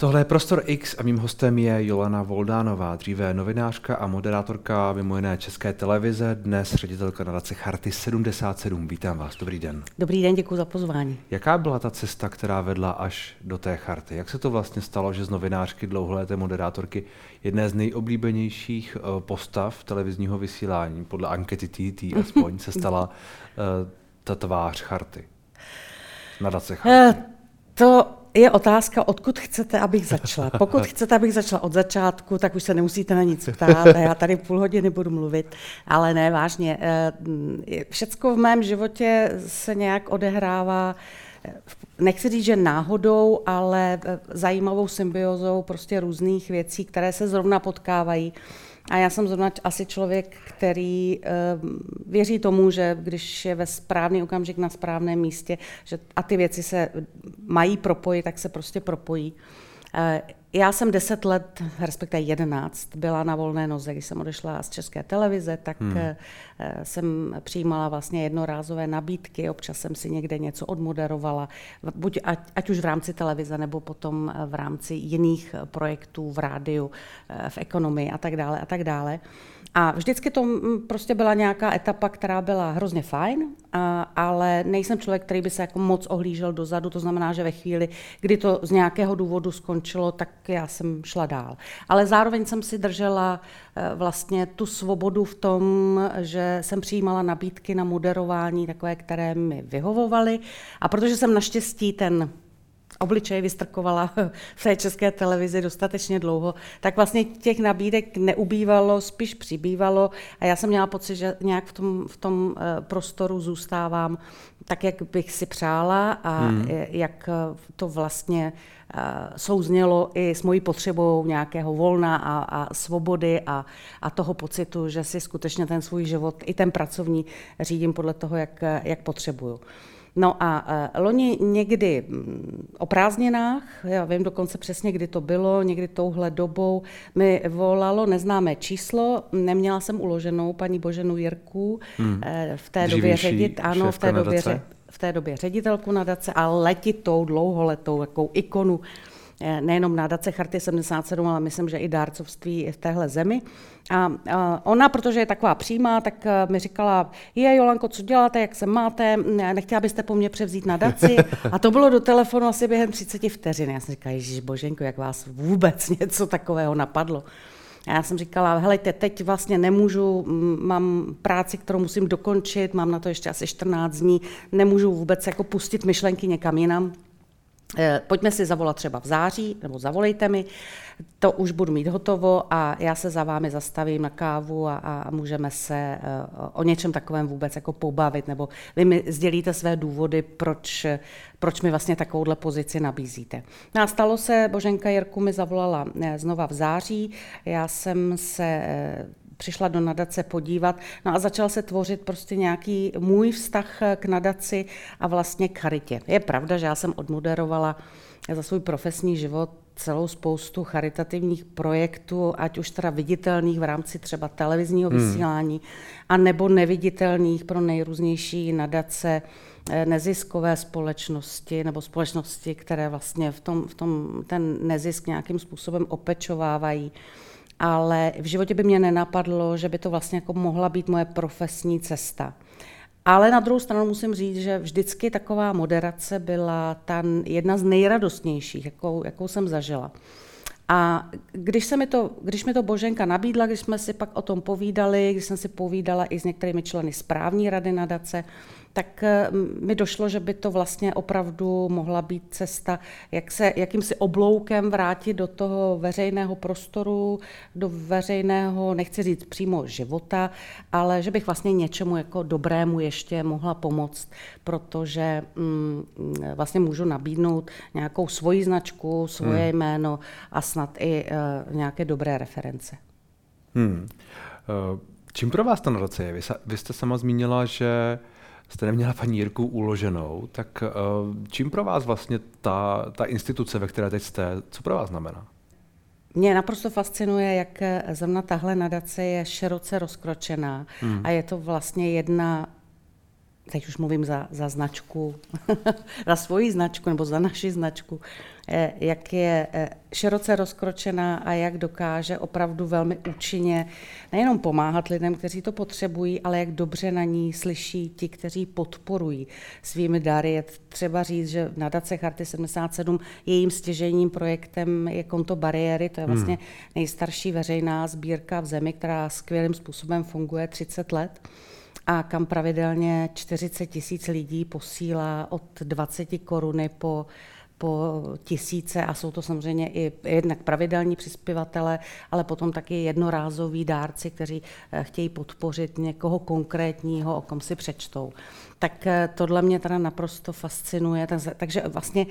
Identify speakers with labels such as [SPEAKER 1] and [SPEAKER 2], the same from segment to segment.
[SPEAKER 1] Tohle je Prostor X a mým hostem je Jolana Voldánová, dříve novinářka a moderátorka mimo jiné České televize, dnes ředitelka nadace Charty 77. Vítám vás, dobrý den.
[SPEAKER 2] Dobrý den, děkuji za pozvání.
[SPEAKER 1] Jaká byla ta cesta, která vedla až do té charty? Jak se to vlastně stalo, že z novinářky, dlouholeté moderátorky, jedné z nejoblíbenějších postav televizního vysílání, podle ankety TT aspoň, se stala ta tvář Charty? Nadace Charty.
[SPEAKER 2] To je otázka, odkud chcete, abych začala. Pokud chcete, abych začala od začátku, tak už se nemusíte na nic ptát a já tady půl hodiny budu mluvit, ale ne, vážně. Všecko v mém životě se nějak odehrává, nechci říct, že náhodou, ale zajímavou symbiózou prostě různých věcí, které se zrovna potkávají. A já jsem zrovna asi člověk, který věří tomu, že když je ve správný okamžik na správném místě, že a ty věci se mají propojit, tak se prostě propojí. Já jsem 10 let, respektive 11, byla na volné noze, když jsem odešla z České televize, tak jsem přijímala vlastně jednorázové nabídky, občas jsem si někde něco odmoderovala, buď ať už v rámci televize, nebo potom v rámci jiných projektů v rádiu, v ekonomii a tak dále a tak dále. A vždycky to prostě byla nějaká etapa, která byla hrozně fajn, ale nejsem člověk, který by se jako moc ohlížel dozadu, to znamená, že ve chvíli, kdy to z nějakého důvodu skončilo, tak já jsem šla dál. Ale zároveň jsem si držela vlastně tu svobodu v tom, že jsem přijímala nabídky na moderování, takové, které mi vyhovovaly. A protože jsem naštěstí ten obličej vystrkovala v té České televizi dostatečně dlouho, tak vlastně těch nabídek neubývalo, spíš přibývalo a já jsem měla pocit, že nějak v tom prostoru zůstávám tak, jak bych si přála a jak to vlastně souznělo i s mojí potřebou nějakého volna a svobody a toho pocitu, že si skutečně ten svůj život, i ten pracovní, řídím podle toho, jak potřebuju. No a loni někdy o prázdninách, já vím dokonce přesně, kdy to bylo, někdy touhle dobou mi volalo neznámé číslo, neměla jsem uloženou paní Boženu Jirku, v té době ředitelku nadace a letitou, dlouholetou, jakou ikonu nejenom nadace Charty 77, ale myslím, že i dárcovství v téhle zemi. A ona, protože je taková přímá, tak mi říkala, Jolanko, co děláte, jak se máte, nechtěla byste po mně převzít nadaci? A to bylo do telefonu asi během 30 vteřin. Já jsem říkala, Ježíš Boženko, jak vás vůbec něco takového napadlo? A já jsem říkala, helejte, teď vlastně nemůžu, mám práci, kterou musím dokončit, mám na to ještě asi 14 dní, nemůžu vůbec jako pustit myšlenky někam jinam. Pojďme si zavolat třeba v září, nebo zavolejte mi, to už budu mít hotovo a já se za vámi zastavím na kávu a můžeme se o něčem takovém vůbec jako pobavit, nebo vy mi sdělíte své důvody, proč mi vlastně takovouhle pozici nabízíte. No a stalo se, Boženka Jirku mi zavolala znova v září, já jsem se přišla do nadace podívat, no a začal se tvořit prostě nějaký můj vztah k nadaci a vlastně k charitě. Je pravda, že já jsem odmoderovala za svůj profesní život celou spoustu charitativních projektů, ať už teda viditelných v rámci třeba televizního vysílání, a nebo neviditelných pro nejrůznější nadace, neziskové společnosti nebo společnosti, které vlastně v tom ten nezisk nějakým způsobem opečovávají. Ale v životě by mě nenapadlo, že by to vlastně jako mohla být moje profesní cesta. Ale na druhou stranu musím říct, že vždycky taková moderace byla ta jedna z nejradostnějších, jakou jsem zažila. A když mi to Boženka nabídla, když jsme si pak o tom povídali, když jsem si povídala i s některými členy správní rady nadace, tak mi došlo, že by to vlastně opravdu mohla být cesta, jak se jakýmsi obloukem vrátit do toho veřejného prostoru, do veřejného, nechci říct přímo života, ale že bych vlastně něčemu jako dobrému ještě mohla pomoct, protože vlastně můžu nabídnout nějakou svoji značku, svoje jméno a snad i nějaké dobré reference.
[SPEAKER 1] Čím pro vás ta nadace je? Vy jste sama zmínila, že jste neměla paní Jirku uloženou, tak čím pro vás vlastně ta instituce, ve které teď jste, co pro vás znamená?
[SPEAKER 2] Mě naprosto fascinuje, jak zrovna tahle nadace je široce rozkročená a je to vlastně jedna teď už mluvím za značku, za svoji značku nebo za naši značku, jak je široce rozkročená a jak dokáže opravdu velmi účinně nejenom pomáhat lidem, kteří to potřebují, ale jak dobře na ní slyší ti, kteří podporují svými dary. Je třeba říct, že nadace Charty 77 jejím stěžejním projektem je konto Bariéry, to je vlastně nejstarší veřejná sbírka v zemi, která skvělým způsobem funguje 30 let. A kam pravidelně 40 000 lidí posílá od 20 koruny po tisíce a jsou to samozřejmě i jednak pravidelní přispěvatele, ale potom taky jednorázoví dárci, kteří chtějí podpořit někoho konkrétního, o kom si přečtou. Tak tohle mě teda naprosto fascinuje. Takže vlastně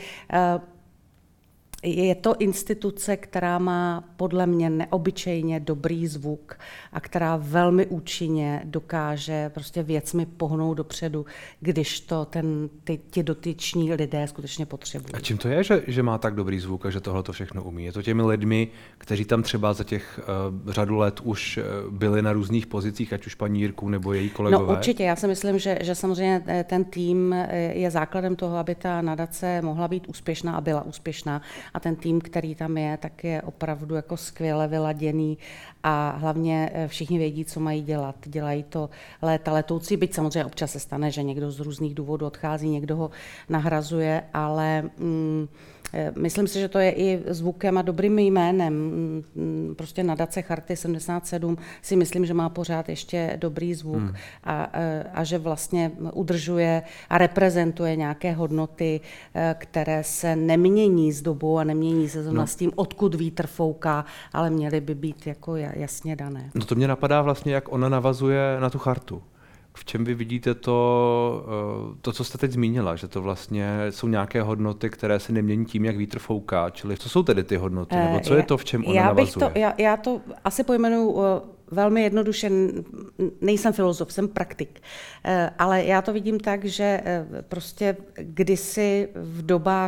[SPEAKER 2] je to instituce, která má podle mě neobyčejně dobrý zvuk a která velmi účinně dokáže prostě věcmi pohnout dopředu, když to ti dotyční lidé skutečně potřebují.
[SPEAKER 1] A čím to je, že má tak dobrý zvuk a že tohle to všechno umí? Je to těmi lidmi, kteří tam třeba za těch řadu let už byli na různých pozicích, ať už paní Jirku nebo její kolegové?
[SPEAKER 2] No určitě, já si myslím, že samozřejmě ten tým je základem toho, aby ta nadace mohla být úspěšná a byla úspěšná. A ten tým, který tam je, tak je opravdu jako skvěle vyladěný a hlavně všichni vědí, co mají dělat. Dělají to léta letoucí, byť samozřejmě občas se stane, že někdo z různých důvodů odchází, někdo ho nahrazuje, ale myslím si, že to je i zvukem a dobrým jménem. Prostě nadace Charty 77 si myslím, že má pořád ještě dobrý zvuk a že vlastně udržuje a reprezentuje nějaké hodnoty, které se nemění s dobou a nemění se zrovna s tím, odkud vítr fouká, ale měly by být jako jasně dané.
[SPEAKER 1] No to mě napadá vlastně, jak ona navazuje na tu chartu. V čem vy vidíte to, co jste teď zmínila, že to vlastně jsou nějaké hodnoty, které se nemění tím, jak vítr fouká, čili co jsou tedy ty hodnoty, nebo co je to, v čem ona navazuje?
[SPEAKER 2] Já to asi pojmenuji velmi jednoduše, nejsem filozof, jsem praktik, ale já to vidím tak, že prostě kdysi v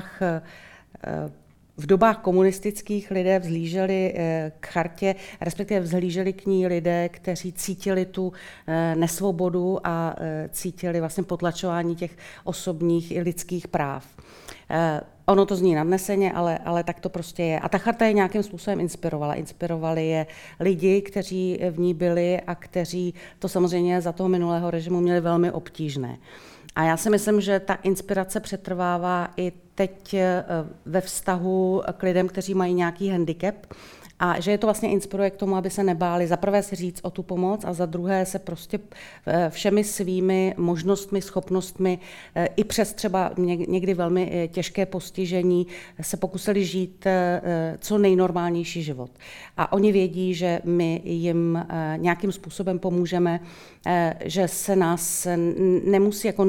[SPEAKER 2] dobách komunistických lidé vzhlíželi k chartě, respektive vzhlíželi k ní lidé, kteří cítili tu nesvobodu a cítili vlastně potlačování těch osobních i lidských práv. Ono to zní nadneseně, ale tak to prostě je. A ta charta je nějakým způsobem inspirovala. Inspirovali je lidi, kteří v ní byli a kteří to samozřejmě za toho minulého režimu měli velmi obtížné. A já si myslím, že ta inspirace přetrvává i teď ve vztahu k lidem, kteří mají nějaký handicap a že je to vlastně inspiruje k tomu, aby se nebáli za prvé si říct o tu pomoc a za druhé se prostě všemi svými možnostmi, schopnostmi i přes třeba někdy velmi těžké postižení se pokusili žít co nejnormálnější život. A oni vědí, že my jim nějakým způsobem pomůžeme, že se nás nemusí jako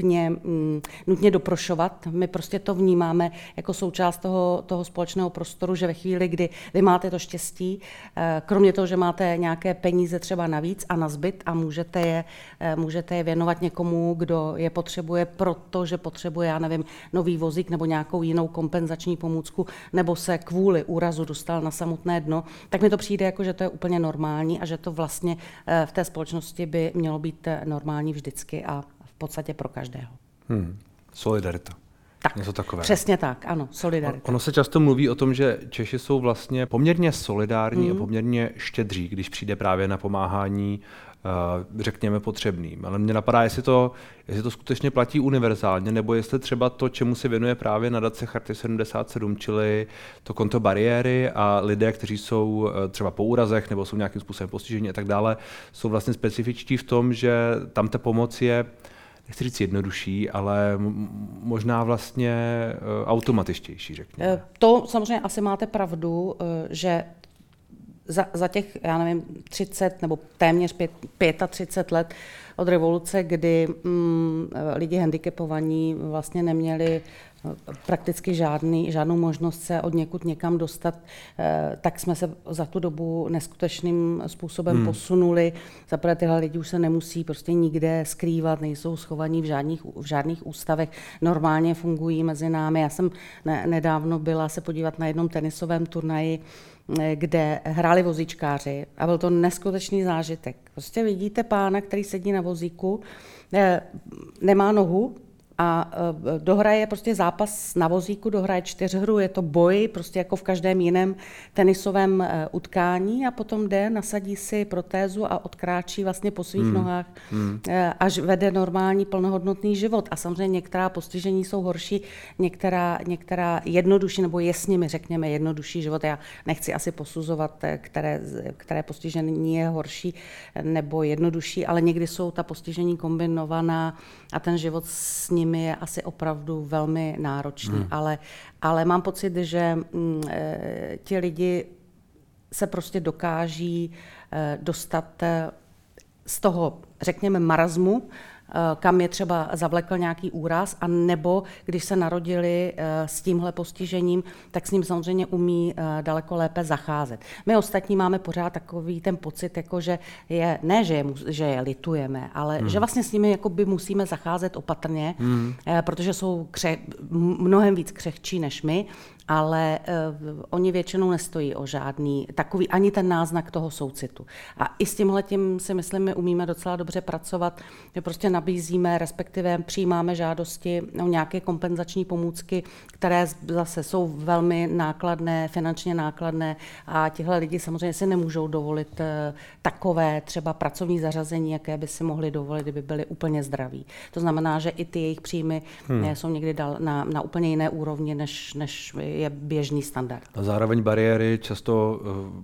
[SPEAKER 2] nutně doprošovat. My prostě to vnímáme jako součást toho společného prostoru, že ve chvíli, kdy vy máte to štěstí, kromě toho, že máte nějaké peníze třeba navíc a nazbyt a můžete je věnovat někomu, kdo je potřebuje, protože potřebuje, já nevím, nový vozík nebo nějakou jinou kompenzační pomůcku, nebo se kvůli úrazu dostal na samotné dno, tak mi to přijde jako, že to je úplně normální a že to vlastně v té společnosti by mělo být normální vždycky a v podstatě pro každého.
[SPEAKER 1] Solidarita.
[SPEAKER 2] Tak,
[SPEAKER 1] něco takového.
[SPEAKER 2] Přesně tak, ano, solidarita.
[SPEAKER 1] Ono se často mluví o tom, že Češi jsou vlastně poměrně solidární a poměrně štědří, když přijde právě na pomáhání, řekněme, potřebným. Ale mě napadá, jestli to skutečně platí univerzálně, nebo jestli třeba to, čemu se věnuje právě nadace Charty 77, čili to konto Bariéry a lidé, kteří jsou třeba po úrazech nebo jsou nějakým způsobem postižení a tak dále, jsou vlastně specifičtí v tom, že tam ta pomoc je, nechci říct jednodušší, ale možná vlastně automatičtější, řekněme.
[SPEAKER 2] To samozřejmě asi máte pravdu, že za těch, já nevím, 30 nebo téměř 35 let od revoluce, kdy lidi handicapovaní vlastně neměli prakticky žádnou možnost se od někud někam dostat, tak jsme se za tu dobu neskutečným způsobem posunuli. Zaprvé tyhle lidi už se nemusí prostě nikde skrývat, nejsou schovaní v žádných ústavech, normálně fungují mezi námi. Já jsem nedávno byla se podívat na jednom tenisovém turnaji, kde hráli vozíčkáři a byl to neskutečný zážitek. Prostě vidíte pána, který sedí na vozíku, nemá nohu a dohraje prostě zápas na vozíku, dohraje 4hru, je to boj, prostě jako v každém jiném tenisovém utkání a potom jde, nasadí si protézu a odkráčí vlastně po svých nohách, až vede normální plnohodnotný život. A samozřejmě některá postižení jsou horší, některá jednodušší, nebo je s nimi, řekněme, jednodušší život. Já nechci asi posuzovat, které postižení je horší nebo jednodušší, ale někdy jsou ta postižení kombinovaná a ten život s nimi je asi opravdu velmi náročný, ale mám pocit, že ti lidi se prostě dokáží dostat z toho, řekněme, marazmu, kam je třeba zavlekl nějaký úraz, a nebo když se narodili s tímhle postižením, tak s ním samozřejmě umí daleko lépe zacházet. My ostatní máme pořád takový ten pocit, jako že je, ne, že je litujeme, ale že vlastně s nimi jakoby musíme zacházet opatrně, protože jsou mnohem víc křehčí než my, ale oni většinou nestojí o žádný takový, ani ten náznak toho soucitu. A i s tímhletím si myslím, my umíme docela dobře pracovat, že prostě nabízíme, respektive přijímáme žádosti o nějaké kompenzační pomůcky, které zase jsou velmi nákladné, finančně nákladné, a tihle lidi samozřejmě si nemůžou dovolit takové třeba pracovní zařazení, jaké by si mohli dovolit, kdyby byli úplně zdraví. To znamená, že i ty jejich příjmy jsou někdy na úplně jiné úrovni, než je běžný standard.
[SPEAKER 1] A zároveň bariéry často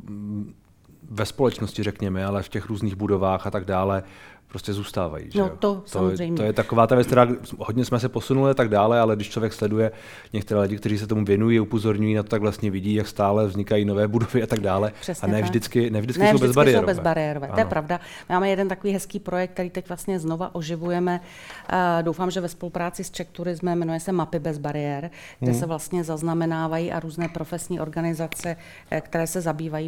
[SPEAKER 1] ve společnosti, řekněme, ale v těch různých budovách a tak dále prostě zůstávají.
[SPEAKER 2] No to samozřejmě.
[SPEAKER 1] To je taková ta věc, která hodně jsme se posunuli a tak dále, ale když člověk sleduje některé lidi, kteří se tomu věnují, upozorňují na to, tak vlastně vidí, jak stále vznikají nové budovy a tak dále.
[SPEAKER 2] Přesně
[SPEAKER 1] a ne vždycky jsou bezbariérové.
[SPEAKER 2] To je pravda. Máme jeden takový hezký projekt, který teď vlastně znova oživujeme. Doufám, že ve spolupráci s Czech Turismem, jmenuje se Mapy bez bariér, kde se vlastně zaznamenávají a různé profesní organizace, které se zabývají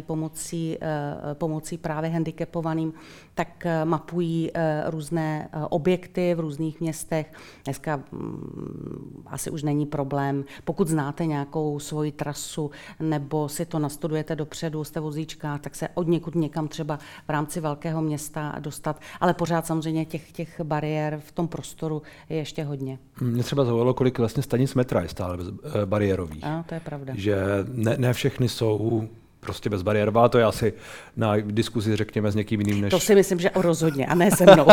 [SPEAKER 2] pomocí právě handicapovaným, tak mapují různé objekty v různých městech. Dneska asi už není problém, pokud znáte nějakou svoji trasu nebo si to nastudujete dopředu, jste vozíčka, tak se od někud někam třeba v rámci velkého města dostat, ale pořád samozřejmě těch bariér v tom prostoru je ještě hodně.
[SPEAKER 1] Mě třeba zaujalo, kolik vlastně stanic metra je stále bariérových.
[SPEAKER 2] Ano, to je pravda.
[SPEAKER 1] Že ne všechny jsou prostě bezbariérová, to je asi na diskuzi, řekněme, s někým jiným než...
[SPEAKER 2] To si myslím, že rozhodně, a ne se mnou.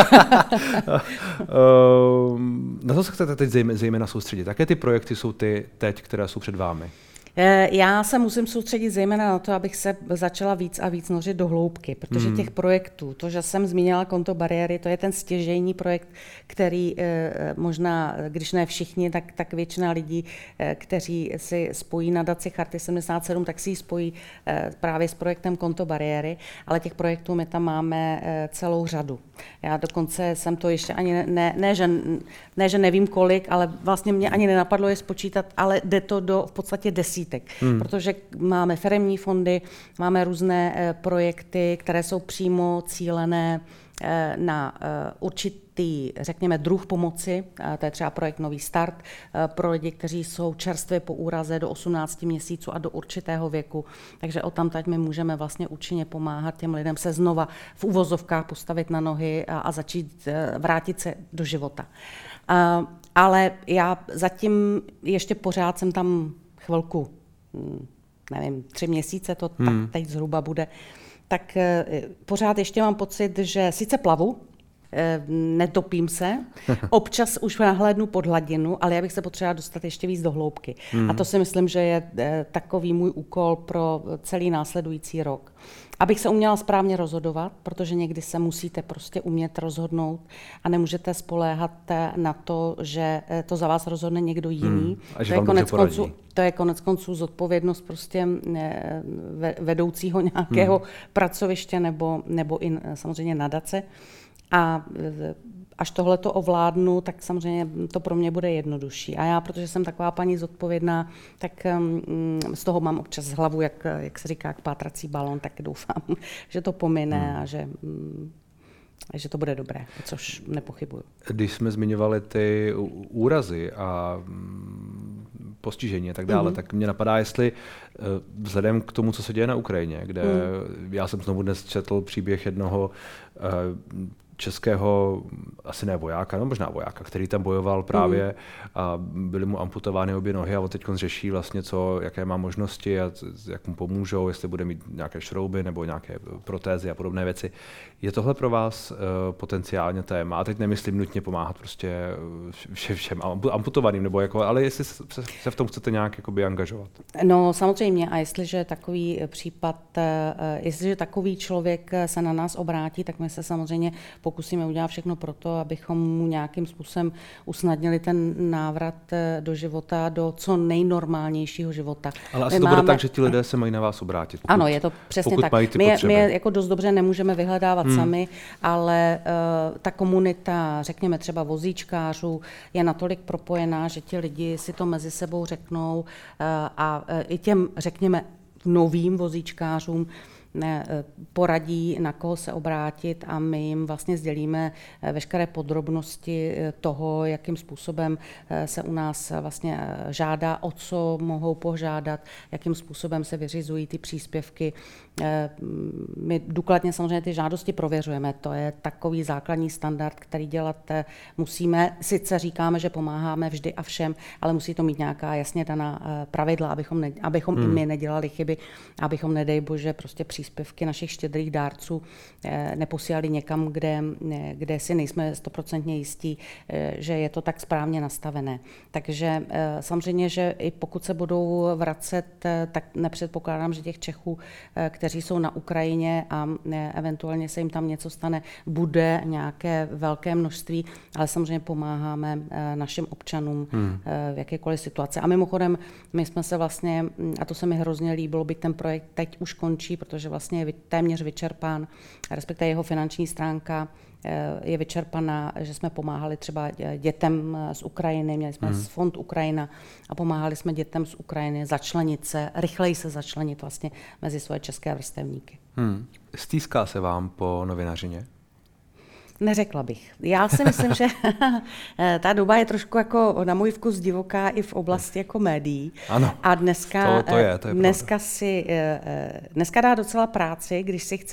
[SPEAKER 1] Na to se chcete teď zejména soustředit. Jaké ty projekty jsou ty teď, které jsou před vámi?
[SPEAKER 2] Já se musím soustředit zejména na to, abych se začala víc a víc nořit do hloubky, protože těch projektů, to, že jsem zmínila konto bariéry, to je ten stěžejní projekt, který možná, když ne všichni, tak většina lidí, kteří si spojí nadaci Charty 77, tak si ji spojí právě s projektem konto bariéry, ale těch projektů my tam máme celou řadu. Já dokonce jsem to ještě ani ne, že nevím kolik, ale vlastně mě ani nenapadlo je spočítat, ale jde to do v podstatě desítek, protože máme firemní fondy, máme různé projekty, které jsou přímo cílené na určitý, řekněme, druh pomoci, to je třeba projekt Nový start pro lidi, kteří jsou čerstvě po úraze do 18 měsíců a do určitého věku. Takže odtamtud my můžeme vlastně účinně pomáhat těm lidem se znova v uvozovkách postavit na nohy a začít vrátit se do života. Ale já zatím ještě pořád jsem tam chvilku, nevím, 3 měsíce to tak teď zhruba bude, tak pořád ještě mám pocit, že sice plavu, netopím se, občas už nahlédnu pod hladinu, ale já bych se potřebovala dostat ještě víc do hloubky. A to si myslím, že je takový můj úkol pro celý následující rok. Abych se uměla správně rozhodovat, protože někdy se musíte prostě umět rozhodnout a nemůžete spoléhat na to, že to za vás rozhodne někdo jiný. To je konec konců zodpovědnost prostě vedoucího nějakého pracoviště nebo i samozřejmě nadace. až tohle to ovládnu, tak samozřejmě to pro mě bude jednodušší. A já, protože jsem taková paní zodpovědná, tak z toho mám občas hlavu, jak se říká, jak pátrací balon, tak doufám, že to pomine a že to bude dobré, což nepochybuju.
[SPEAKER 1] Když jsme zmiňovali ty úrazy a postižení a tak dále, tak mě napadá, jestli vzhledem k tomu, co se děje na Ukrajině, kde já jsem znovu dnes četl příběh jednoho českého, asi ne vojáka, no možná vojáka, který tam bojoval právě a byly mu amputovány obě nohy a on teď řeší vlastně, jaké má možnosti a jak mu pomůžou, jestli bude mít nějaké šrouby nebo nějaké protézy a podobné věci. Je tohle pro vás potenciálně téma? A teď nemyslím nutně pomáhat prostě všem amputovaným, nebo ale jestli se v tom chcete nějak angažovat?
[SPEAKER 2] No samozřejmě, a jestliže takový případ, jestliže takový člověk se na nás obrátí, tak my se samozřejmě pokusíme udělat všechno pro to, abychom mu nějakým způsobem usnadnili ten návrat do života, do co nejnormálnějšího života.
[SPEAKER 1] Ale asi to bude tak, že ti lidé se mají na vás obrátit.
[SPEAKER 2] Ano, je to přesně tak. My je jako dost dobře nemůžeme vyhledávat sami, ale ta komunita, řekněme třeba vozíčkářů, je natolik propojená, že ti lidi si to mezi sebou řeknou a i těm, řekněme, novým vozíčkářům poradí, na koho se obrátit a my jim vlastně sdělíme veškeré podrobnosti toho, jakým způsobem se u nás vlastně žádá, o co mohou požádat, jakým způsobem se vyřizují ty příspěvky. My důkladně samozřejmě ty žádosti prověřujeme, to je takový základní standard, který dělat musíme. Sice říkáme, že pomáháme vždy a všem, ale musí to mít nějaká jasně daná pravidla, abychom i my nedělali chyby, abychom, nedej bože, prostě příspěvky našich štědrých dárců neposílali někam, kde si nejsme 100% jistí, že je to tak správně nastavené. Takže samozřejmě, že i pokud se budou vracet, tak nepředpokládám, že těch Čechů, kteří jsou na Ukrajině a eventuálně se jim tam něco stane, bude nějaké velké množství, ale samozřejmě pomáháme našim občanům v jakékoliv situaci. A mimochodem, my jsme se vlastně, a to se mi hrozně líbilo, byť ten projekt teď už končí, protože vlastně je téměř vyčerpán, respektive jeho finanční stránka je vyčerpaná, že jsme pomáhali třeba dětem z Ukrajiny, měli jsme fond Ukrajina a pomáhali jsme dětem z Ukrajiny začlenit se, rychleji se začlenit vlastně mezi svoje české vrstevníky.
[SPEAKER 1] Stýská se vám po novinařině?
[SPEAKER 2] Neřekla bych. Já si myslím, že ta doba je trošku jako na můj vkus divoká i v oblasti jako médií.
[SPEAKER 1] Ano,
[SPEAKER 2] a dneska,
[SPEAKER 1] to je
[SPEAKER 2] dneska dá docela práci,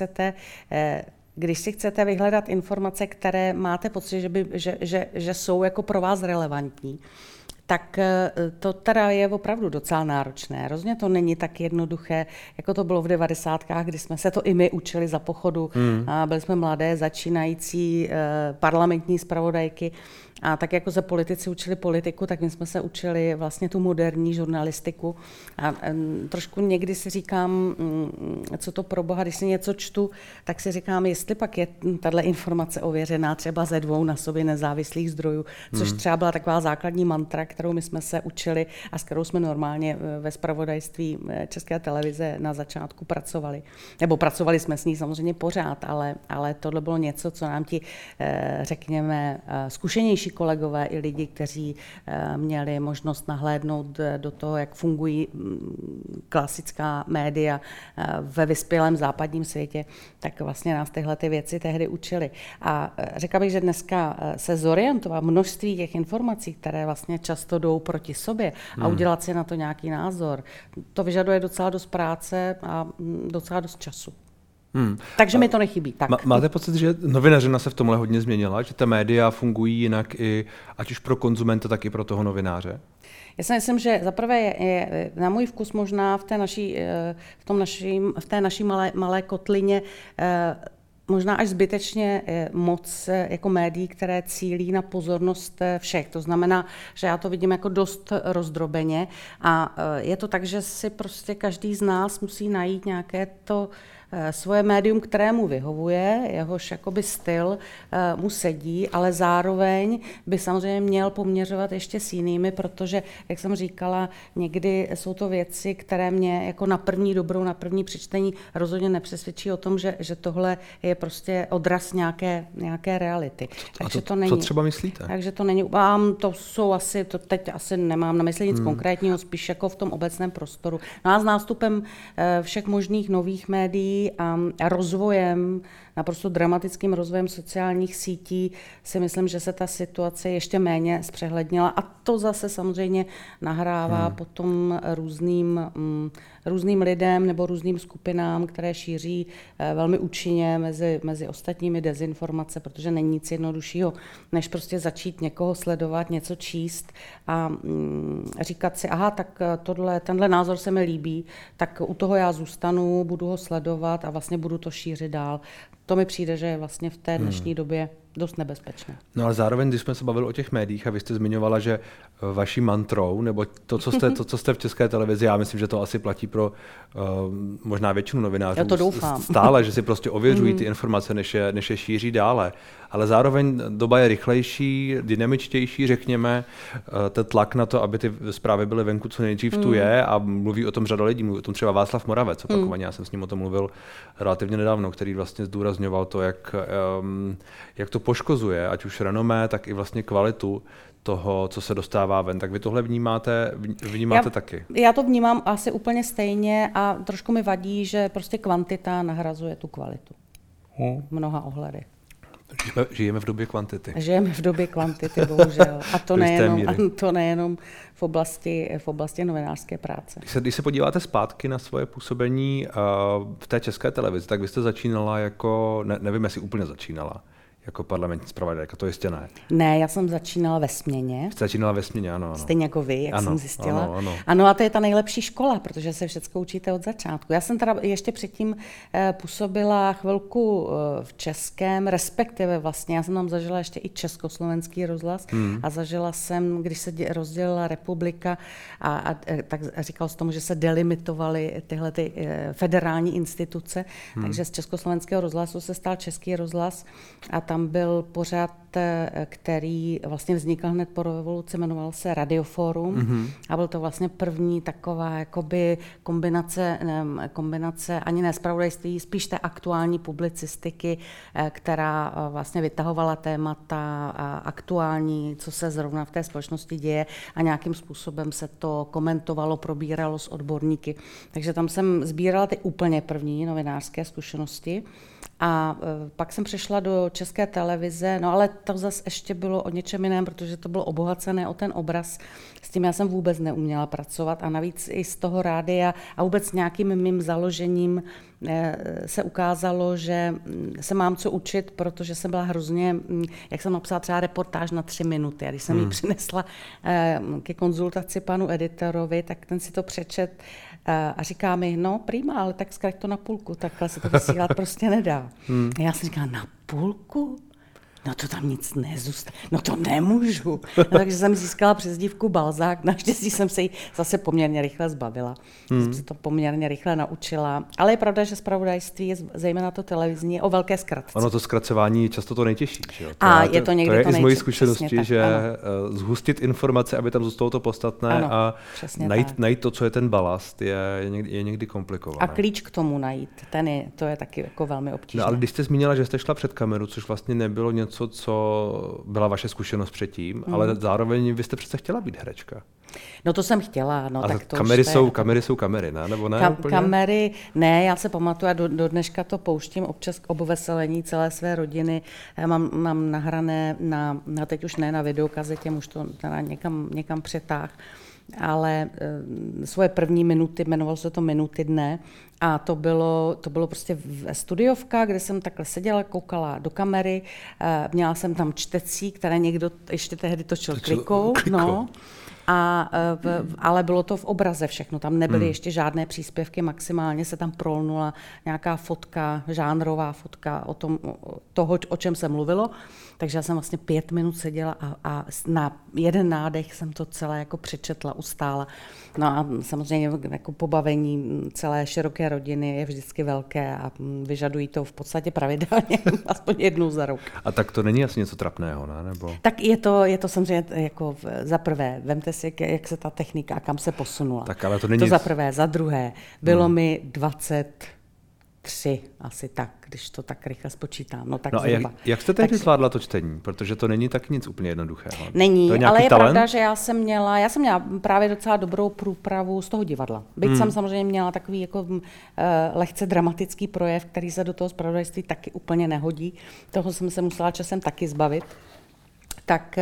[SPEAKER 2] když si chcete vyhledat informace, které máte pocit, že jsou jako pro vás relevantní, tak to teda je opravdu docela náročné. Rozhodně to není tak jednoduché, jako to bylo v 90kách, kdy jsme se to i my učili za pochodu. A byli jsme mladé, začínající parlamentní zpravodajky. A tak jako se politici učili politiku, tak my jsme se učili vlastně tu moderní žurnalistiku. A trošku někdy si říkám, co to pro boha, když si něco čtu, tak si říkám, jestli pak je tato informace ověřená třeba ze 2 na sobě nezávislých zdrojů, což třeba byla taková základní mantra, kterou my jsme se učili a s kterou jsme normálně ve zpravodajství České televize na začátku pracovali. Nebo pracovali jsme s ní samozřejmě pořád, ale tohle bylo něco, co nám ti, řekněme, zkušenější kolegové i lidi, kteří měli možnost nahlédnout do toho, jak fungují klasická média ve vyspělém západním světě, tak vlastně nás tyhle ty věci tehdy učili. A řekla bych, že dneska se zorientovat množství těch informací, které vlastně často jdou proti sobě a udělat si na to nějaký názor, to vyžaduje docela dost práce a docela dost času. Takže mi to nechybí. Tak.
[SPEAKER 1] Máte pocit, že novinařina se v tomhle hodně změnila, že ta média fungují jinak i ať už pro konzumenta, tak i pro toho novináře?
[SPEAKER 2] Já si myslím, že zaprvé je na můj vkus možná v té naší malé kotlině možná až zbytečně moc jako médií, které cílí na pozornost všech. To znamená, že já to vidím jako dost rozdrobeně a je to tak, že si prostě každý z nás musí najít nějaké to svoje médium, kterému vyhovuje, jehož jakoby styl mu sedí, ale zároveň by samozřejmě měl poměřovat ještě s jinými, protože, jak jsem říkala, někdy jsou to věci, které mě jako na první přečtení rozhodně nepřesvědčí o tom, že tohle je prostě odraz nějaké reality.
[SPEAKER 1] Takže to není. Co třeba myslíte?
[SPEAKER 2] Takže to není, to jsou asi, to teď asi nemám na mysli nic konkrétního, spíš jako v tom obecném prostoru. No a s nástupem všech možných nových médií a rozvojem, naprosto dramatickým rozvojem sociálních sítí si myslím, že se ta situace ještě méně zpřehlednila a to zase samozřejmě nahrává potom různým lidem nebo různým skupinám, které šíří velmi účinně mezi ostatními dezinformace, protože není nic jednoduššího, než prostě začít někoho sledovat, něco číst a říkat si, aha, tak tenhle názor se mi líbí, tak u toho já zůstanu, budu ho sledovat a vlastně budu to šířit dál. To mi přijde, že je vlastně v té dnešní době dost nebezpečné.
[SPEAKER 1] No ale zároveň, když jsme se bavili o těch médiích a vy jste zmiňovala, že vaší mantrou, nebo to, co jste v České televizi, já myslím, že to asi platí pro možná většinu novinářů.
[SPEAKER 2] Já to doufám.
[SPEAKER 1] Stále, že si prostě ověřují ty informace, než je šíří dále. Ale zároveň doba je rychlejší, dynamičtější, řekněme. Ten tlak na to, aby ty zprávy byly venku co nejdřív tu je a mluví o tom řada lidí. Mluví o tom třeba Václav Moravec opakovaně. Já jsem s ním o tom mluvil relativně nedávno, který vlastně zdůrazňoval to, jak to poškozuje, ať už renomé, tak i vlastně kvalitu toho, co se dostává ven. Tak vy tohle vnímáte taky? Já to
[SPEAKER 2] vnímám asi úplně stejně a trošku mi vadí, že prostě kvantita nahrazuje tu kvalitu. V mnoha ohledech.
[SPEAKER 1] Žijeme v době kvantity.
[SPEAKER 2] Žijeme v době kvantity, bohužel. A to nejenom v oblasti novinářské práce.
[SPEAKER 1] Když se podíváte zpátky na svoje působení v té České televizi, tak vy jste začínala jako, nevím, jestli úplně začínala, jako parlamentní zpravodajka, to jistě ne.
[SPEAKER 2] Ne, já jsem začínala ve směně.
[SPEAKER 1] Jste začínala ve směně, ano.
[SPEAKER 2] Stejně jako vy, jak jsem zjistila. Ano, a to je ta nejlepší škola, protože se všechno učíte od začátku. Já jsem teda ještě předtím působila chvilku v českém, respektive vlastně, já jsem tam zažila ještě i československý rozhlas a zažila jsem, když se rozdělila republika a tak říkal se tomu, že se delimitovaly tyhle federální instituce, takže z československého rozhlasu se stal Český rozhlas a tam byl pořad, který vlastně vznikl hned po revoluci, jmenoval se Radioforum a byl to vlastně první taková jakoby kombinace ani ne zpravodajství, spíš té aktuální publicistiky, která vlastně vytahovala témata aktuální, co se zrovna v té společnosti děje a nějakým způsobem se to komentovalo, probíralo s odborníky. Takže tam jsem sbírala ty úplně první novinářské zkušenosti. A pak jsem přešla do České televize, no ale to zase ještě bylo o něčem jiném, protože to bylo obohacené o ten obraz. S tím já jsem vůbec neuměla pracovat a navíc i z toho rádia a vůbec nějakým mým založením se ukázalo, že se mám co učit, protože jsem byla hrozně, jak jsem napsala třeba reportáž na 3 minuty a když jsem ji přinesla ke konzultaci panu editorovi, tak ten si to přečet a říká mi, no prima, ale tak zkrať to na půlku, takhle se to vysílat prostě nedá. A já jsem říkala, na půlku? No to tam nic nezůstane, no to nemůžu. No, takže jsem získala přezdívku Balzák, naštěstí jsem se jí zase poměrně rychle zbavila. Jsem se to poměrně rychle naučila. Ale je pravda, že zpravodajství, zejména to televizní, je o velké zkratce.
[SPEAKER 1] Ono to zkracování je často to nejtěžší. Že jo?
[SPEAKER 2] Je to někdy
[SPEAKER 1] to je
[SPEAKER 2] to nejtěžší.
[SPEAKER 1] I z mojí zkušenosti, tak, že zhustit informace, aby tam zůstalo to podstatné a najít to, co je ten balast, je někdy komplikované.
[SPEAKER 2] A klíč k tomu najít, to je taky jako velmi obtížné.
[SPEAKER 1] No, ale když jste zmínila, že jste šla před kameru, což vlastně nebylo něco, co byla vaše zkušenost předtím, ale zároveň vy jste přece chtěla být herečka.
[SPEAKER 2] No to jsem chtěla. No, tak to
[SPEAKER 1] kamery jsou kamery, ne? Nebo ne?
[SPEAKER 2] Kamery, ne, já se pamatuju a do dneška to pouštím občas k obveselení celé své rodiny. Já mám nahrané teď už ne na videokazetě, už to teda někam přetáh, ale svoje první minuty, jmenovalo se to Minuty dne, a to bylo prostě studiovka, kde jsem takhle seděla, koukala do kamery, měla jsem tam čtecí, které někdo ještě tehdy točil klikou. No. Ale bylo to v obraze všechno, tam nebyly ještě žádné příspěvky, maximálně se tam prolnula nějaká fotka, žánrová fotka toho, o čem se mluvilo, takže já jsem vlastně 5 minut seděla a na jeden nádech jsem to celé jako přečetla, ustála. No a samozřejmě jako pobavení celé široké rodiny je vždycky velké a vyžadují to v podstatě pravidelně, aspoň jednou za rok.
[SPEAKER 1] A tak to není asi něco trapného, ne? Nebo...
[SPEAKER 2] Tak je to samozřejmě jako za prvé, vemte si, jak se ta technika a kam se posunula.
[SPEAKER 1] Tak ale to není...
[SPEAKER 2] To za prvé, za druhé, bylo mi 23 asi tak, když to tak rychle spočítám. No, tak
[SPEAKER 1] no
[SPEAKER 2] zhruba.
[SPEAKER 1] A jak jste tehdy zvládla to čtení? Protože to není tak nic úplně jednoduchého.
[SPEAKER 2] Není,
[SPEAKER 1] je
[SPEAKER 2] ale je
[SPEAKER 1] talent?
[SPEAKER 2] pravda, že já jsem měla právě docela dobrou průpravu z toho divadla. Byť jsem samozřejmě měla takový jako lehce dramatický projev, který se do toho zpravodajství taky úplně nehodí. Toho jsem se musela časem taky zbavit. Tak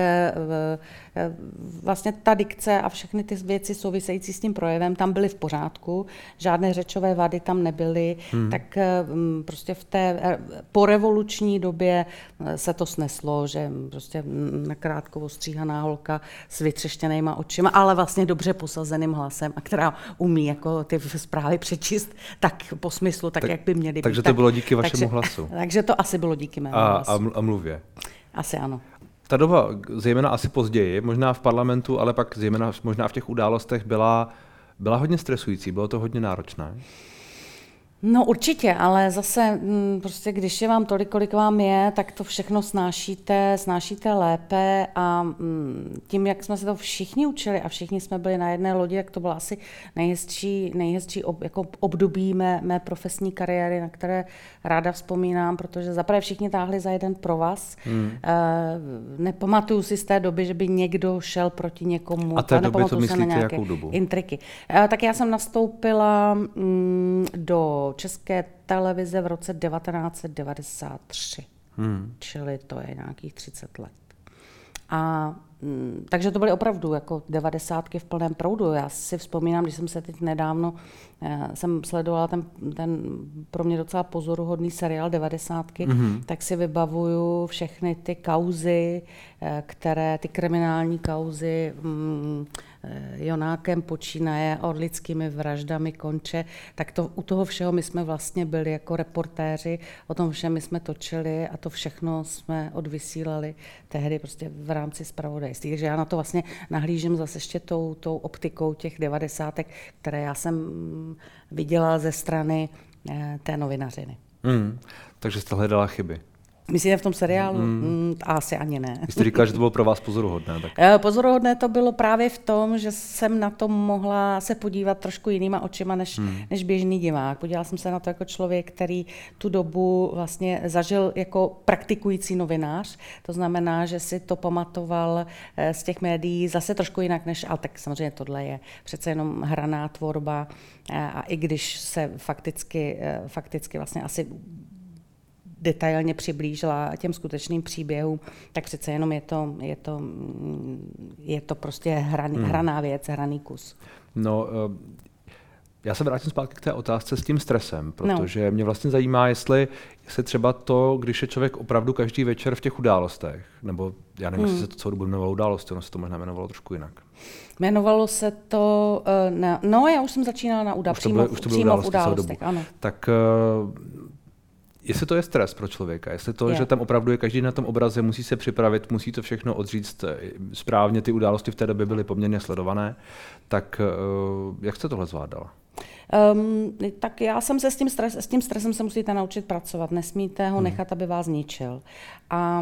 [SPEAKER 2] vlastně ta dikce a všechny ty věci související s tím projevem tam byly v pořádku, žádné řečové vady tam nebyly, tak prostě v té porevoluční době se to sneslo, že prostě nakrátko ostříhaná holka s vytřeštěnýma očima, ale vlastně dobře posazeným hlasem, a která umí jako ty zprávy přečíst tak po smyslu, tak jak by měly být.
[SPEAKER 1] Takže to bylo díky vašemu hlasu.
[SPEAKER 2] Takže to asi bylo díky mému hlasu.
[SPEAKER 1] A mluvě.
[SPEAKER 2] Asi ano.
[SPEAKER 1] Ta doba, zejména asi později, možná v parlamentu, ale pak zejména možná v těch událostech byla hodně stresující, bylo to hodně náročné.
[SPEAKER 2] No určitě, ale zase prostě když je vám tolik, kolik vám je, tak to všechno snášíte lépe a tím, jak jsme se to všichni učili a všichni jsme byli na jedné lodi, jak to bylo asi nejhezčí jako období mé profesní kariéry, na které ráda vzpomínám, protože zaprvé všichni táhli za jeden provaz. Nepamatuju si z té doby, že by někdo šel proti někomu.
[SPEAKER 1] A té doby to myslíte jakou dobu?
[SPEAKER 2] Intriky. Tak já jsem nastoupila do České televize v roce 1993. Čili to je nějakých 30 let. A takže to byly opravdu jako 90 v plném proudu. Já si vzpomínám, když jsem se teď nedávno jsem sledovala ten pro mě docela pozoruhodný seriál 90, tak si vybavuju všechny ty kauzy, ty kriminální kauzy Jonákem počínaje, Orlickými vraždami konče, tak u toho všeho my jsme vlastně byli jako reportéři, o tom všem my jsme točili a to všechno jsme odvysílali tehdy prostě v rámci zpravodajství. Takže já na to vlastně nahlížím zase ještě tou optikou těch 90, které já jsem viděla ze strany té novinařiny.
[SPEAKER 1] Takže jste hledala chyby.
[SPEAKER 2] Myslíte v tom seriálu? Asi ani ne.
[SPEAKER 1] Vy jste říkala, že to bylo pro vás pozoruhodné. Tak.
[SPEAKER 2] Pozoruhodné to bylo právě v tom, že jsem na to mohla se podívat trošku jinýma očima než běžný divák. Podívala jsem se na to jako člověk, který tu dobu vlastně zažil jako praktikující novinář. To znamená, že si to pamatoval z těch médií zase trošku jinak ale tak samozřejmě tohle je přece jenom hraná tvorba a i když se fakticky vlastně asi detailně přiblížila těm skutečným příběhům, tak přece jenom je to prostě hraná věc, hraný kus.
[SPEAKER 1] No, já se vrátím zpátky k té otázce s tím stresem, protože mě vlastně zajímá, jestli třeba to, když je člověk opravdu každý večer v těch událostech, nebo já nevím, jestli se to celou dobu jmenovalo události, ono se to možná jmenovalo trošku jinak.
[SPEAKER 2] Jmenovalo se to, já už jsem začínala přímo v událostech, ano.
[SPEAKER 1] Tak jestli to je stres pro člověka, jestli to, že tam opravdu je každý na tom obraze, musí se připravit, musí to všechno odříct správně, ty události v té době byly poměrně sledované, tak jak jste tohle zvládala?
[SPEAKER 2] Tak já jsem se s tím stresem se musíte naučit pracovat, nesmíte ho nechat, aby vás ničil. A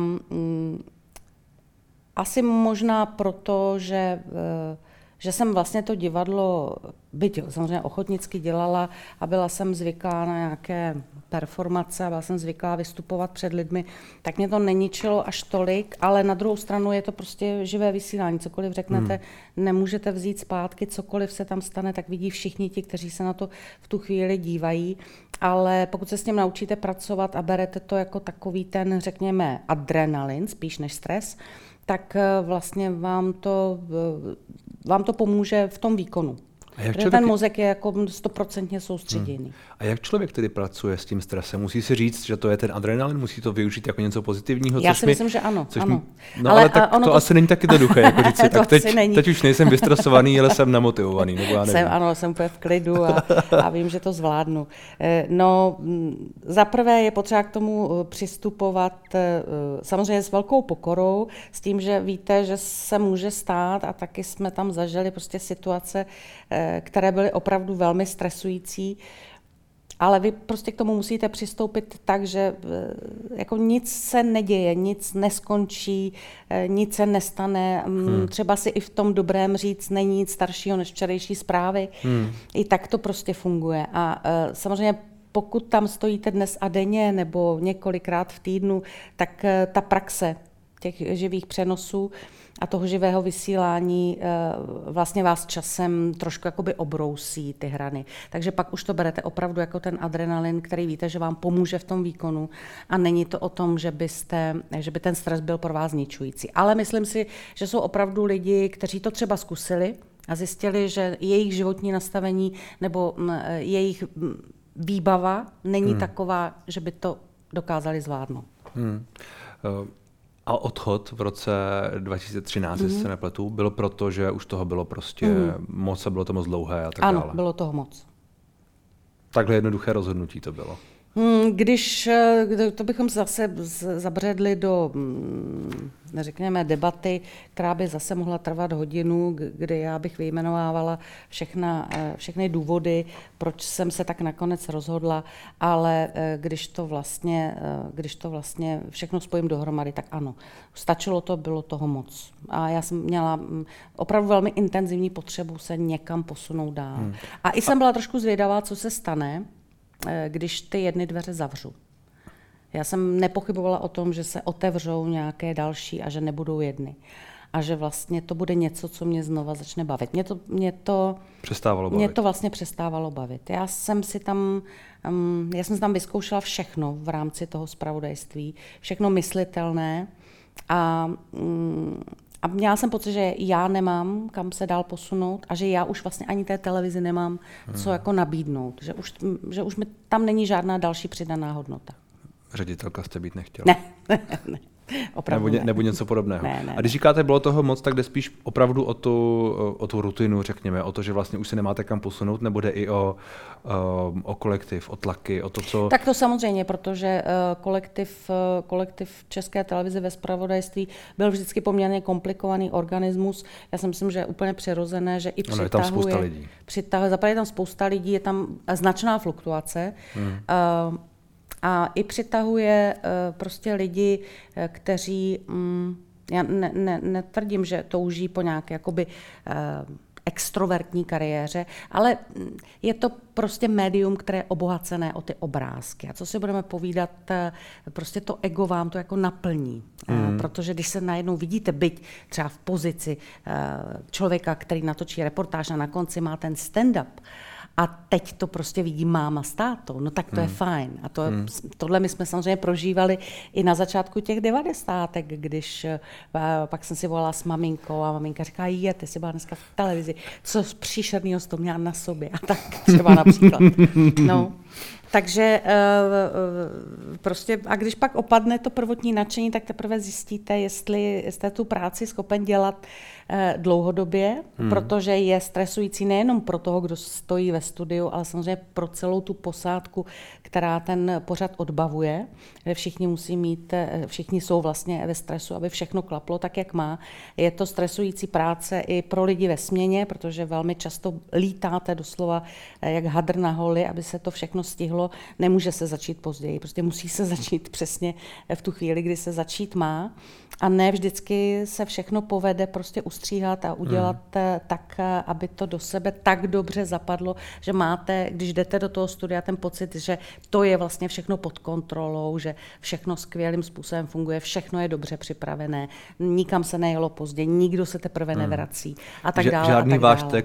[SPEAKER 2] asi možná proto, že jsem vlastně to divadlo, byť samozřejmě ochotnicky dělala a byla jsem zvyklá na nějaké performace a byla jsem zvyklá vystupovat před lidmi, tak mě to neničilo až tolik, ale na druhou stranu je to prostě živé vysílání. Cokoliv řeknete, nemůžete vzít zpátky, cokoliv se tam stane, tak vidí všichni ti, kteří se na to v tu chvíli dívají, ale pokud se s tím naučíte pracovat a berete to jako takový ten, řekněme, adrenalin, spíš než stres, tak vlastně vám to pomůže v tom výkonu. Protože ten mozek je jako 100% soustředěný.
[SPEAKER 1] A jak člověk tedy pracuje s tím stresem? Musí si říct, že to je ten adrenalin, musí to využít jako něco pozitivního?
[SPEAKER 2] Já si myslím, že ano.
[SPEAKER 1] No ale tak to asi není taky jednoduché, jako říct si, tak teď už nejsem vystresovaný, ale jsem namotivovaný. Nebo já nevím.
[SPEAKER 2] Jsem úplně v klidu a vím, že to zvládnu. No, zaprvé je potřeba k tomu přistupovat samozřejmě s velkou pokorou, s tím, že víte, že se může stát a taky jsme tam zažili prostě situace, které byly opravdu velmi stresující, ale vy prostě k tomu musíte přistoupit tak, že jako nic se neděje, nic neskončí, nic se nestane. Třeba si i v tom dobrém říct, není nic staršího než včerejší zprávy. I tak to prostě funguje. A samozřejmě pokud tam stojíte dnes a denně nebo několikrát v týdnu, tak ta praxe těch živých přenosů a toho živého vysílání vlastně vás časem trošku jakoby obrousí ty hrany. Takže pak už to berete opravdu jako ten adrenalin, který víte, že vám pomůže v tom výkonu a není to o tom, že by ten stres byl pro vás zničující. Ale myslím si, že jsou opravdu lidi, kteří to třeba zkusili a zjistili, že jejich životní nastavení nebo jejich výbava není taková, že by to dokázali zvládnout.
[SPEAKER 1] A odchod v roce 2013, jestli se nepletu, bylo proto, že už toho bylo prostě moc a bylo to moc dlouhé a tak dále.
[SPEAKER 2] Ano, bylo toho moc.
[SPEAKER 1] Takhle jednoduché rozhodnutí to bylo.
[SPEAKER 2] Když to bychom zase zabředli do, řekněme, debaty, která by zase mohla trvat hodinu, kdy já bych vyjmenovávala všechny důvody, proč jsem se tak nakonec rozhodla, ale když to vlastně všechno spojím dohromady, tak ano, stačilo to, bylo toho moc. A já jsem měla opravdu velmi intenzivní potřebu se někam posunout dál. A i jsem byla trošku zvědavá, co se stane, když ty jedny dveře zavřu. Já jsem nepochybovala o tom, že se otevřou nějaké další a že nebudou jedny. A že vlastně to bude něco, co mě znova začne bavit. Mě to vlastně přestávalo bavit. Já jsem tam vyzkoušela všechno v rámci toho zpravodajství, všechno myslitelné a měla jsem pocit, že já nemám kam se dál posunout a že já už vlastně ani té televizi nemám co jako nabídnout. Že už mi tam není žádná další přidaná hodnota.
[SPEAKER 1] Ředitelka jste být nechtěla?
[SPEAKER 2] Ne. Opravdu
[SPEAKER 1] nebo něco podobného.
[SPEAKER 2] Ne.
[SPEAKER 1] A když říkáte, bylo toho moc, tak jde spíš opravdu o tu rutinu, řekněme, o to, že vlastně už se nemáte kam posunout, nebo jde i o kolektiv, o tlaky, o to, co...
[SPEAKER 2] Tak to samozřejmě, protože kolektiv České televize ve zpravodajství byl vždycky poměrně komplikovaný organismus. Já si myslím, že je úplně přirozené, že i přitahuje...
[SPEAKER 1] je tam spousta lidí.
[SPEAKER 2] Zaprvé je tam spousta lidí, je tam značná fluktuace. A i přitahuje prostě lidi, kteří, já netvrdím, že touží po nějaké jakoby extrovertní kariéře, ale je to prostě médium, které je obohacené o ty obrázky. A co si budeme povídat, prostě to ego vám to jako naplní. Protože když se najednou vidíte, byť třeba v pozici člověka, který natočí reportáž a na konci má ten stand-up, a teď to prostě vidí máma s tátou, no tak to je fajn. A tohle my jsme samozřejmě prožívali i na začátku těch 90, když pak jsem si volala s maminkou a maminka říká, ty jsi byla dneska v televizi, co příšernýho jsi to měla na sobě a tak třeba například. No. Takže prostě, a když pak opadne to prvotní nadšení, tak teprve zjistíte, jestli jste tu práci schopen dělat dlouhodobě, protože je stresující nejenom pro toho, kdo stojí ve studiu, ale samozřejmě pro celou tu posádku, která ten pořad odbavuje, kde všichni jsou vlastně ve stresu, aby všechno klaplo tak, jak má. Je to stresující práce i pro lidi ve směně, protože velmi často lítáte doslova jak hadr na holi, aby se to všechno stihlo. Nemůže se začít později, prostě musí se začít přesně v tu chvíli, kdy se začít má. A ne vždycky se všechno povede prostě ustříhat a udělat tak, aby to do sebe tak dobře zapadlo, že máte, když jdete do toho studia, ten pocit, že to je vlastně všechno pod kontrolou, že všechno skvělým způsobem funguje, všechno je dobře připravené, nikam se nejelo pozdě, nikdo se teprve nevrací a tak dále.
[SPEAKER 1] Žádný váš text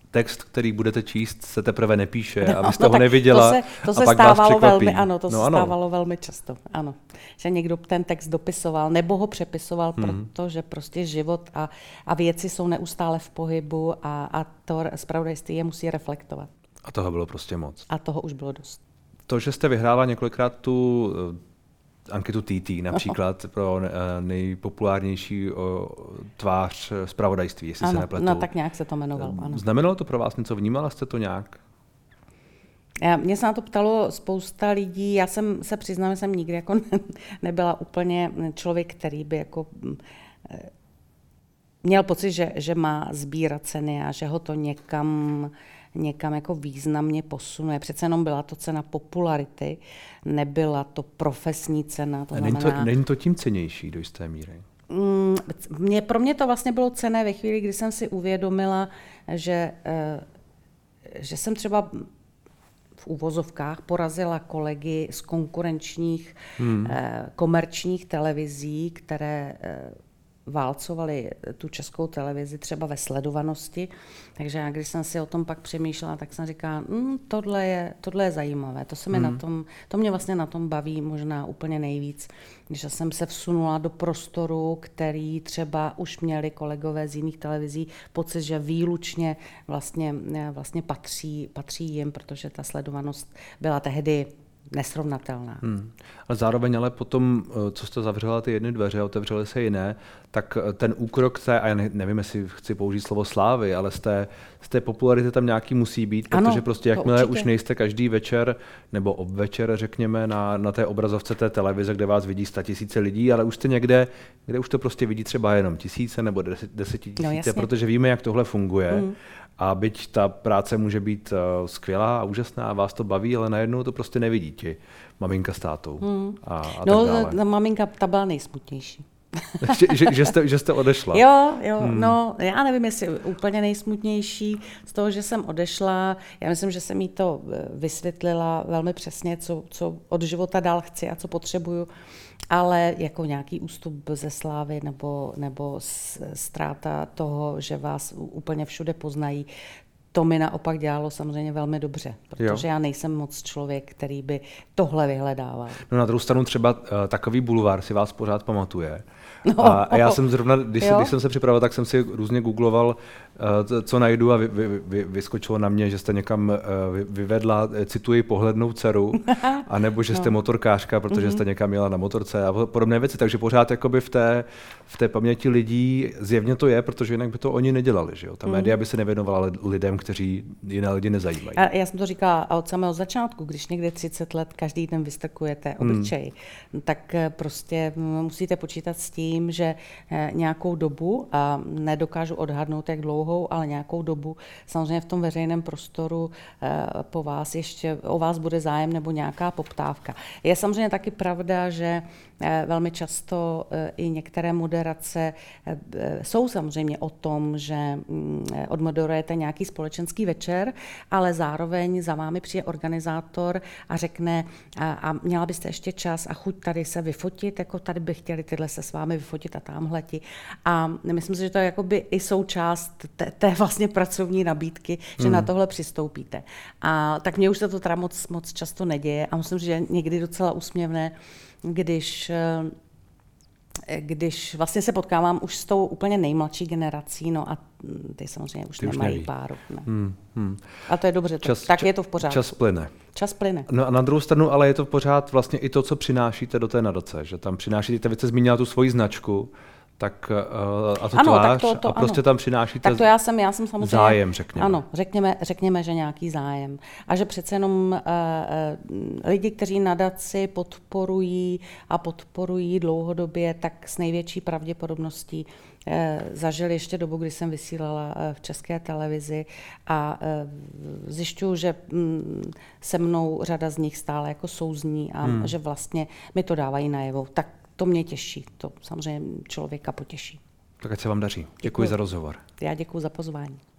[SPEAKER 1] text, který budete číst, se teprve nepíše, abyste ho neviděla
[SPEAKER 2] to se
[SPEAKER 1] a pak
[SPEAKER 2] stávalo
[SPEAKER 1] vás překvapí.
[SPEAKER 2] Stávalo velmi často, ano. Že někdo ten text dopisoval nebo ho přepisoval, protože prostě život a věci jsou neustále v pohybu a to zpravodajství je musí reflektovat.
[SPEAKER 1] A toho bylo prostě moc.
[SPEAKER 2] A toho už bylo dost.
[SPEAKER 1] To, že jste vyhrála několikrát tu anketu TT například pro nejpopulárnější tvář zpravodajství, jestli se nepletu.
[SPEAKER 2] No tak nějak se to jmenovalo, ano.
[SPEAKER 1] Znamenalo to pro vás něco? Vnímala jste to nějak?
[SPEAKER 2] Mě se na to ptalo spousta lidí. Já jsem se přiznám, že jsem nikdy jako nebyla úplně člověk, který by jako měl pocit, že má sbírat ceny a že ho to někam jako významně posunuje. Přece jenom byla to cena popularity, nebyla to profesní cena. To znamená,
[SPEAKER 1] není to tím cennější do jisté míry?
[SPEAKER 2] Pro mě to vlastně bylo cenné ve chvíli, kdy jsem si uvědomila, že jsem třeba v uvozovkách porazila kolegy z konkurenčních komerčních televizí, které válcovali tu Českou televizi třeba ve sledovanosti. Takže já, když jsem si o tom pak přemýšlela, tak jsem říkala, tohle je zajímavé, to mě vlastně na tom baví možná úplně nejvíc, když jsem se vsunula do prostoru, který třeba už měli kolegové z jiných televizí pocit, že výlučně vlastně patří jim, protože ta sledovanost byla tehdy nesrovnatelná.
[SPEAKER 1] Ale zároveň ale potom, co jste zavřela ty jedny dveře, otevřely se jiné, tak ten úkrok a já nevím, jestli chci použít slovo slávy, ale z té popularity tam nějaký musí být, protože
[SPEAKER 2] ano,
[SPEAKER 1] prostě jakmile už nejste každý večer nebo obvečer, řekněme, na té obrazovce té televize, kde vás vidí 100 000 lidí, ale už jste někde, kde už to prostě vidí třeba jenom 1000 nebo 10 000, protože víme, jak tohle funguje. A byť ta práce může být skvělá a úžasná, vás to baví, ale najednou to prostě nevidí ti maminka s tátou. A tak dále.
[SPEAKER 2] No, maminka, ta byla nejsmutnější.
[SPEAKER 1] že jste odešla.
[SPEAKER 2] Jo, no, já nevím, jestli úplně nejsmutnější z toho, že jsem odešla. Já myslím, že jsem jí to vysvětlila velmi přesně, co od života dál chci a co potřebuju, ale jako nějaký ústup ze slávy nebo ztráta toho, že vás úplně všude poznají, to mi naopak dělalo samozřejmě velmi dobře, protože já nejsem moc člověk, který by tohle vyhledával.
[SPEAKER 1] No na druhou stranu třeba takový bulvár si vás pořád pamatuje. A já jsem zrovna, když jsem se připravoval, tak jsem si různě googloval, co najdu a vyskočilo na mě, že jste někam vyvedla, cituji, pohlednou dceru, anebo že jste motorkářka, protože jste někam jela na motorce a podobné věci. Takže pořád jakoby v té paměti lidí zjevně to je, protože jinak by to oni nedělali. Že jo? Ta média by se nevěnovala lidem, kteří jiné lidi nezajímají.
[SPEAKER 2] A já jsem to říkala od samého začátku, když někde 30 let každý den vystrkujete obličej, tak prostě musíte počítat s tím, že nějakou dobu, a nedokážu odhadnout, jak dlouhou, ale nějakou dobu samozřejmě v tom veřejném prostoru o vás bude zájem nebo nějaká poptávka. Je samozřejmě taky pravda, že velmi často i některé moderace jsou samozřejmě o tom, že odmoderujete nějaký společenský večer, ale zároveň za vámi přijde organizátor a řekne, a měla byste ještě čas a chuť tady se vyfotit, jako tady by chtěli tyhle se s vámi vyfotit a tamhleti. A myslím si, že to je jakoby i součást té vlastně pracovní nabídky, že na tohle přistoupíte. A tak mně už se to teda moc často neděje a musím říct, že někdy docela úsměvné, když vlastně se potkávám už s tou úplně nejmladší generací, no a ty samozřejmě už nemají páru. Ne. A to je dobře, tak je to v pořádku.
[SPEAKER 1] Čas plyne.
[SPEAKER 2] No
[SPEAKER 1] a na druhou stranu, ale je to pořád vlastně i to, co přinášíte do té nadace, že tam přinášíte, vy jste zmínila tu svoji značku, tak a tu tvář a prostě tam přinášíte
[SPEAKER 2] tak to já jsem samozřejmě,
[SPEAKER 1] zájem, řekněme.
[SPEAKER 2] Ano, řekněme, že nějaký zájem. A že přece jenom lidi, kteří nadaci podporují dlouhodobě, tak s největší pravděpodobností zažili ještě dobu, kdy jsem vysílala v České televizi a zjišťuju, že se mnou řada z nich stále jako souzní a že vlastně mi to dávají najevo. Tak to mě těší, to samozřejmě člověka potěší.
[SPEAKER 1] Tak ať se vám daří. Děkuji za rozhovor.
[SPEAKER 2] Já děkuji za pozvání.